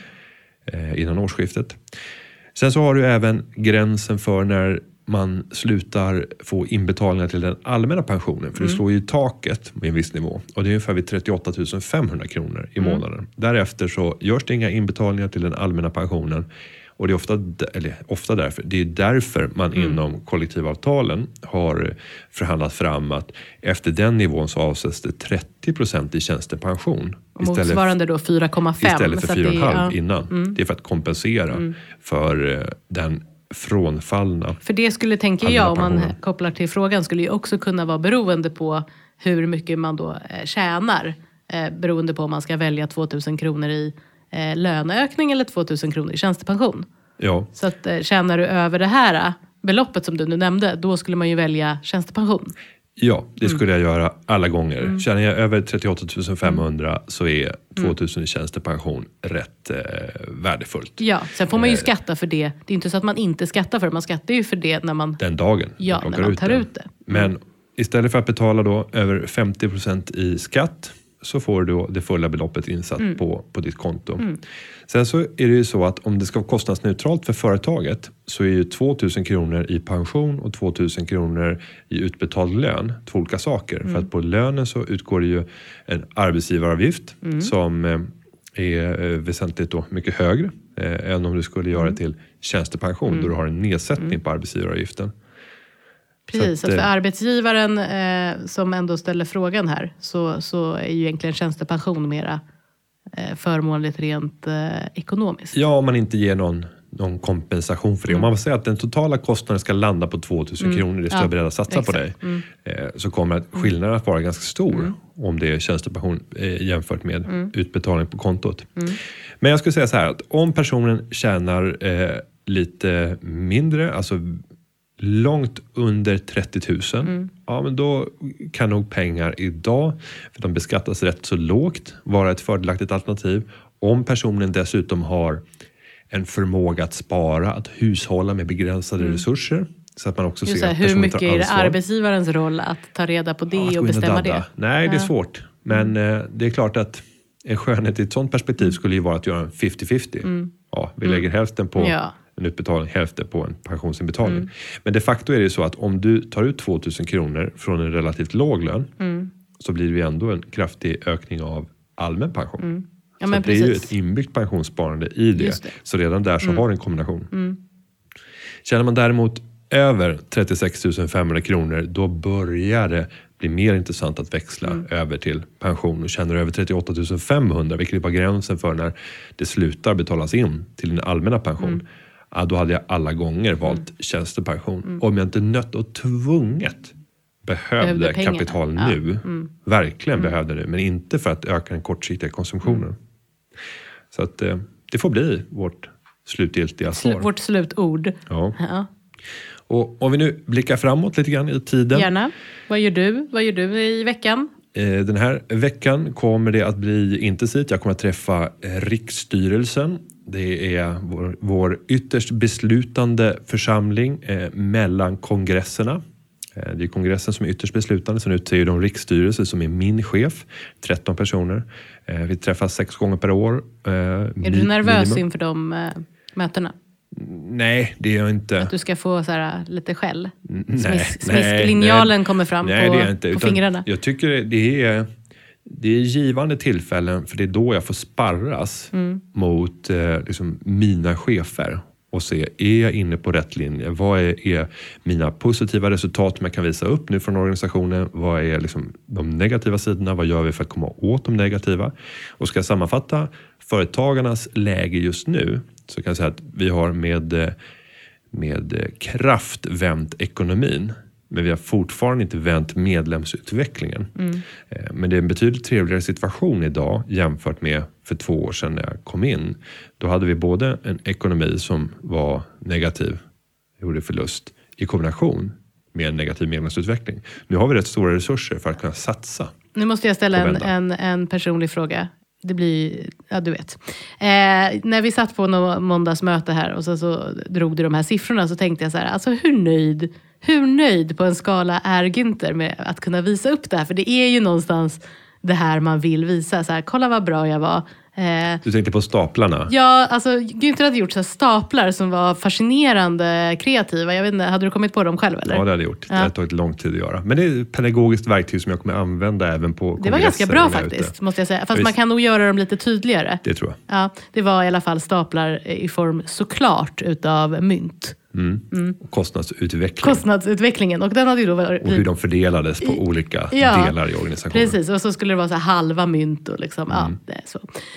innan årsskiftet. Sen så har du även gränsen för när man slutar få inbetalningar till den allmänna pensionen, för det slår ju taket med en viss nivå, och det är ungefär vid 38 500 kronor i månaden. Därefter så görs det inga inbetalningar till den allmänna pensionen. Och det är ofta därför. Det är därför man inom kollektivavtalen har förhandlat fram att efter den nivån så avsätts det 30% i tjänstepension. Motsvarande då 4,5. Istället för 4,5 innan. Det är för att kompensera för den frånfallna. För det skulle, tänker jag, om man kopplar till frågan, skulle ju också kunna vara beroende på hur mycket man då tjänar. Beroende på om man ska välja 2 000 kronor i löneökning eller 2 000 kronor i tjänstepension. Ja. Så att tjänar du över det här beloppet som du nu nämnde, då skulle man ju välja tjänstepension. Ja, det skulle jag göra alla gånger. Tjänar jag över 38 500 så är 2 000 i tjänstepension rätt värdefullt. Ja, sen får man ju skatta för det. Det är inte så att man inte skattar för det. Man skattar ju för det när man... Den dagen. Ja, när man tar ut det. Men istället för att betala då över 50% i skatt, så får du då det fulla beloppet insatt på ditt konto. Sen så är det ju så att om det ska vara kostnadsneutralt för företaget, så är ju 2 000 kronor i pension och 2 000 kronor i utbetald lön 2 olika saker. För att på lönen så utgår det ju en arbetsgivaravgift som är väsentligt då mycket högre än om du skulle göra det till tjänstepension då du har en nedsättning på arbetsgivaravgiften. Precis, så att för arbetsgivaren som ändå ställer frågan här, så är ju egentligen tjänstepension mera förmånligt rent ekonomiskt. Ja, om man inte ger någon kompensation för det. Om man säger att den totala kostnaden ska landa på 2 000 kronor, det är jag beredd att satsa på dig, så kommer skillnaden att vara ganska stor om det är tjänstepension jämfört med utbetalning på kontot. Men jag skulle säga så här, att om personen tjänar lite mindre, alltså långt under 30 000, ja, men då kan nog pengar idag, för de beskattas rätt så lågt, vara ett fördelaktigt alternativ. Om personen dessutom har en förmåga att spara, att hushålla med begränsade resurser, så att man också ser att hur mycket är det arbetsgivarens roll att ta reda på det och bestämma det? Nej, det är svårt. Men det är klart att en skönhet i ett sånt perspektiv skulle ju vara att göra en 50-50. Ja, vi lägger hälften på en utbetalning, hälften på en pensionsinbetalning. Men de facto är det så att om du tar ut 2 000 kronor från en relativt låg lön, så blir det ju ändå en kraftig ökning av allmän pension. Ja, så det är ju ett inbyggt pensionssparande i det. Så redan där så har du en kombination. Tjänar man däremot över 36 500 kronor, då börjar det blir mer intressant att växla över till pension och tjänar över 38 500, vilket var gränsen för när det slutar betalas in till din allmänna pension. Ja, då hade jag alla gånger valt tjänstepension. Om jag inte nött och tvunget behövde kapital nu, verkligen behövde det, men inte för att öka den kortsiktiga konsumtionen. Så att det får bli vårt slutgiltiga svar. Vårt slutord. Ja. Och om vi nu blickar framåt lite grann i tiden. Gärna. Vad gör du i veckan? Den här veckan kommer det att bli intensivt. Jag kommer att träffa riksstyrelsen. Det är vår ytterst beslutande församling mellan kongresserna. Det är kongressen som är ytterst beslutande. Sen utser de riksstyrelse som är min chef. 13 personer. Vi träffas 6 gånger per år. Är du nervös inför de mötena? Nej, det är jag inte. Att du ska få så här, lite skäll? Smisklinjalen kommer fram på fingrarna. Jag tycker det är givande tillfällen, för det är då jag får sparras mot liksom mina chefer och se, är jag inne på rätt linje? Vad är mina positiva resultat som jag kan visa upp nu från organisationen? Vad är liksom de negativa sidorna? Vad gör vi för att komma åt de negativa? Och ska jag sammanfatta företagarnas läge just nu, så kan jag säga att vi har med kraft vänt ekonomin. Men vi har fortfarande inte vänt medlemsutvecklingen. Men det är en betydligt trevligare situation idag jämfört med för 2 år sedan när jag kom in. Då hade vi både en ekonomi som var negativ, gjorde förlust, i kombination med en negativ medlemsutveckling. Nu har vi rätt stora resurser för att kunna satsa. Nu måste jag ställa en personlig fråga. Det blir, ja du vet. När vi satt på någon måndagsmöte här och så drog du de här siffrorna, så tänkte jag så här, alltså hur nöjd på en skala är Günther med att kunna visa upp det här? För det är ju någonstans det här man vill visa. Så här, kolla vad bra jag var. Du tänkte på staplarna? Ja, alltså Günther hade gjort så här staplar som var fascinerande kreativa. Jag vet inte, hade du kommit på dem själv eller? Ja, det hade jag gjort. Det har tagit lång tid att göra. Men det är ett pedagogiskt verktyg som jag kommer använda även på kongresser. Det var ganska bra faktiskt, måste jag säga. Fast man kan nog göra dem lite tydligare. Det tror jag. Ja, det var i alla fall staplar i form såklart utav mynt. Kostnadsutvecklingen. Och den hade ju då varit... Och hur de fördelades på olika delar i organisationen. Precis, och så skulle det vara så här halva mynt och liksom, det är så.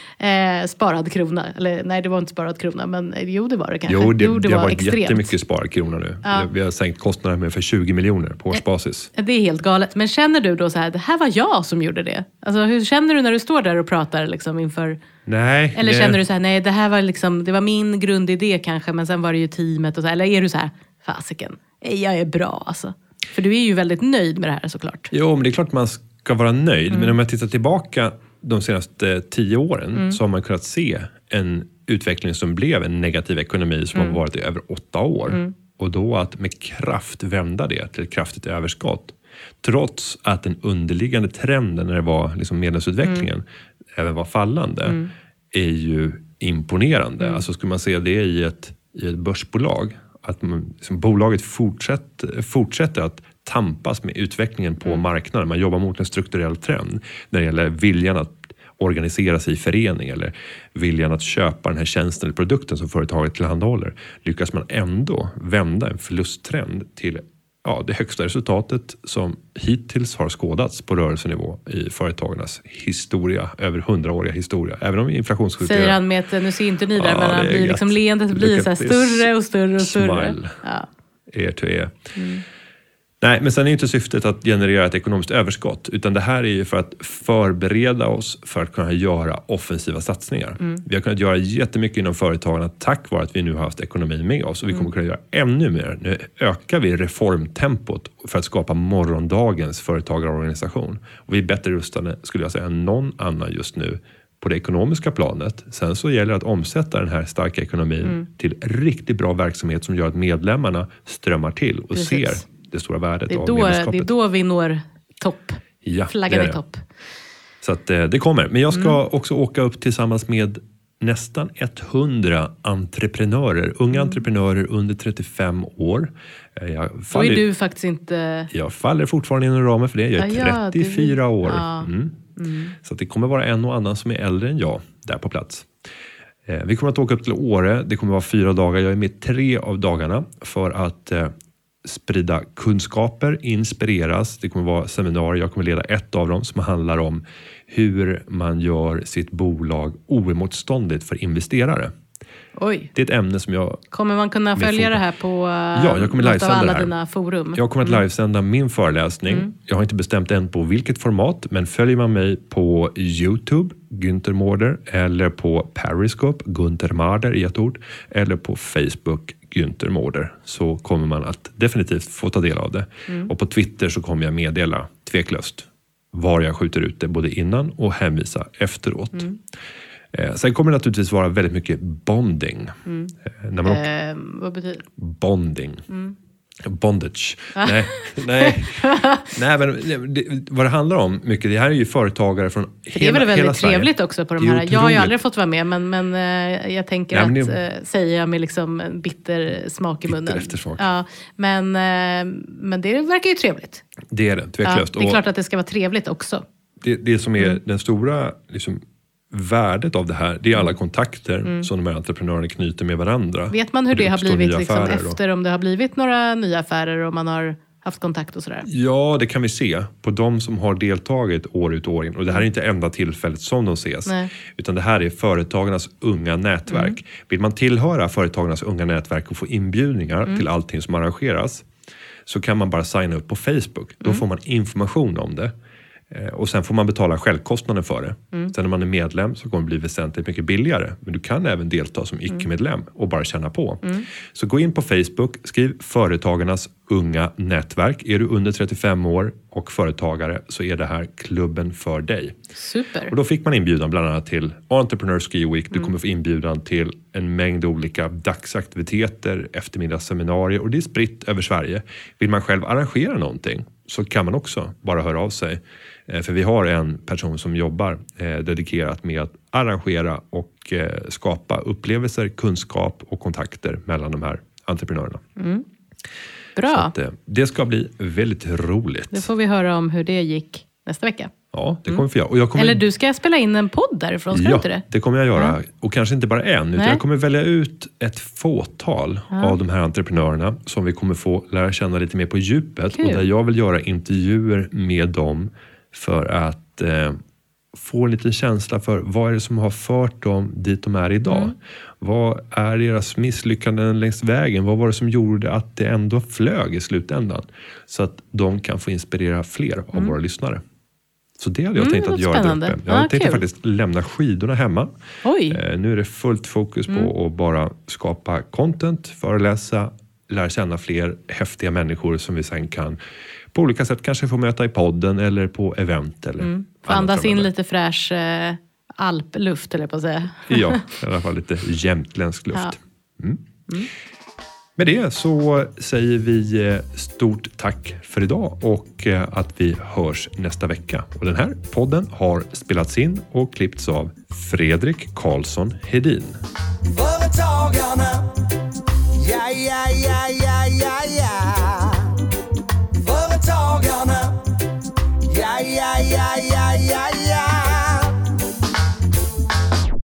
Sparad krona, eller nej det var inte sparad krona, men jo det var det kanske. Jo, det var extremt. Jättemycket sparad krona nu. Vi har sänkt kostnaderna med för 20 miljoner på årsbasis. Det är helt galet, men känner du då så här, det här var jag som gjorde det? Alltså hur känner du när du står där och pratar liksom inför... Nej. Eller känner du så här, nej det här var liksom, det var min grundidé kanske, men sen var det ju teamet och så här, eller är du så här, fasiken, jag är bra alltså. För du är ju väldigt nöjd med det här såklart. Jo, men det är klart man ska vara nöjd. Men om jag tittar tillbaka de senaste 10 åren så har man kunnat se en utveckling som blev en negativ ekonomi som har varit i över 8 år. Och då att med kraft vända det till ett kraftigt överskott. Trots att den underliggande trenden när det var liksom medlemsutvecklingen även var fallande är ju imponerande. Alltså skulle man se det i ett börsbolag, att liksom, bolaget fortsätter att tampas med utvecklingen på marknaden. Man jobbar mot en strukturell trend när det gäller viljan att organisera sig i förening eller viljan att köpa den här tjänsten eller produkten som företaget tillhandahåller. Lyckas man ändå vända en förlusttrend till det högsta resultatet som hittills har skådats på rörelsenivå i företagarnas historia, över 100-åriga historia. Även om inflationsjusterar... Säger han med att, nu ser inte ni där, men han blir liksom, leendet blir så här större och större och större. Smile. Ear to ear. Nej, men sen är inte syftet att generera ett ekonomiskt överskott, utan det här är ju för att förbereda oss för att kunna göra offensiva satsningar. Vi har kunnat göra jättemycket inom företagen tack vare att vi nu har haft ekonomin med oss, och vi kommer kunna göra ännu mer. Nu ökar vi reformtempot för att skapa morgondagens företagarorganisation. Och vi är bättre rustade, skulle jag säga, än någon annan just nu på det ekonomiska planet. Sen så gäller det att omsätta den här starka ekonomin till riktigt bra verksamhet som gör att medlemmarna strömmar till och ser det stora värdet av medlemskapet. Det är då vi når topp. Ja, flaggan är topp. Så att det kommer. Men jag ska också åka upp tillsammans med nästan 100 entreprenörer. Unga entreprenörer under 35 år. Då är du faktiskt inte... Jag faller fortfarande inom ramen för det. Jag är 34 år. Så att det kommer vara en och annan som är äldre än jag där på plats. Vi kommer att åka upp till Åre. Det kommer att vara 4 dagar. Jag är med 3 av dagarna för att sprida kunskaper, inspireras. Det kommer vara seminarier, jag kommer leda ett av dem som handlar om hur man gör sitt bolag oemotståndigt för investerare. Oj. Det är ett ämne som jag... Kommer man kunna följa det här på jag kommer något av alla dina forum? Jag kommer att livesända min föreläsning. Jag har inte bestämt än på vilket format, men följer man mig på YouTube, Günther Mårder, eller på Periscope, Günther Mårder i ett ord, eller på Facebook, Günther Mårder, så kommer man att definitivt få ta del av det. Och på Twitter så kommer jag meddela tveklöst var jag skjuter ut det både innan och hänvisa efteråt. Sen kommer det naturligtvis vara väldigt mycket bonding. När man vad betyder det? Bonding. Bondage. Nej, men vad det handlar om mycket, det här är ju företagare från det är väl väldigt trevligt också på de här. Jag har ju aldrig fått vara med, men jag tänker att säger jag med liksom en bitter smak i munnen. Eftersmak. Ja, men det verkar ju trevligt. Det är det, tveklöst. Ja, det är klart att det ska vara trevligt också. Det som är den stora liksom, värdet av det här, det är alla kontakter som de här entreprenörerna knyter med varandra. Vet man hur det har blivit liksom, efter om det har blivit några nya affärer och man har haft kontakt och sådär? Ja, det kan vi se på de som har deltagit år ut och år in. Och det här är inte enda tillfället som de ses. Nej. Utan det här är företagarnas unga nätverk. Vill man tillhöra företagarnas unga nätverk och få inbjudningar till allting som arrangeras, så kan man bara signa upp på Facebook. Då får man information om det. Och sen får man betala självkostnaden för det. Sen när man är medlem så kommer det bli väsentligt mycket billigare. Men du kan även delta som icke-medlem och bara känna på. Så gå in på Facebook, skriv företagarnas unga nätverk. Är du under 35 år och företagare så är det här klubben för dig. Super. Och då fick man inbjudan bland annat till Entrepreneur Ski Week. Du kommer få inbjudan till en mängd olika dagsaktiviteter, eftermiddagsseminarier, och det är spritt över Sverige. Vill man själv arrangera någonting så kan man också bara höra av sig. För vi har en person som jobbar dedikerat med att arrangera och skapa upplevelser, kunskap och kontakter mellan de här entreprenörerna. Bra. Så att, det ska bli väldigt roligt. Det får vi höra om hur det gick nästa vecka. Ja, det kommer vi få göra. Och jag kommer... Eller du ska spela in en podd därifrån, ska du inte det? Det kommer jag göra. Och kanske inte bara en, utan jag kommer välja ut ett fåtal av de här entreprenörerna som vi kommer få lära känna lite mer på djupet. Kul. Och där jag vill göra intervjuer med dem för att få en liten känsla för vad är det som har fört dem dit de är idag. Vad är deras misslyckanden längs vägen? Vad var det som gjorde att det ändå flög i slutändan? Så att de kan få inspirera fler av våra lyssnare. Så det hade jag tänkt att göra där uppe. Jag tänkte faktiskt lämna skidorna hemma. Nu är det fullt fokus på att bara skapa content, föreläsa, lära känna fler häftiga människor som vi sen kan på olika sätt kanske få möta i podden eller på event. Eller få andas in lite fräsch alpluft, eller på att säga. Ja, i alla fall lite jämtländsk luft. Med det så säger vi stort tack för idag och att vi hörs nästa vecka. Och den här podden har spelats in och klippts av Fredrik Karlsson Hedin. Företagarna, ja.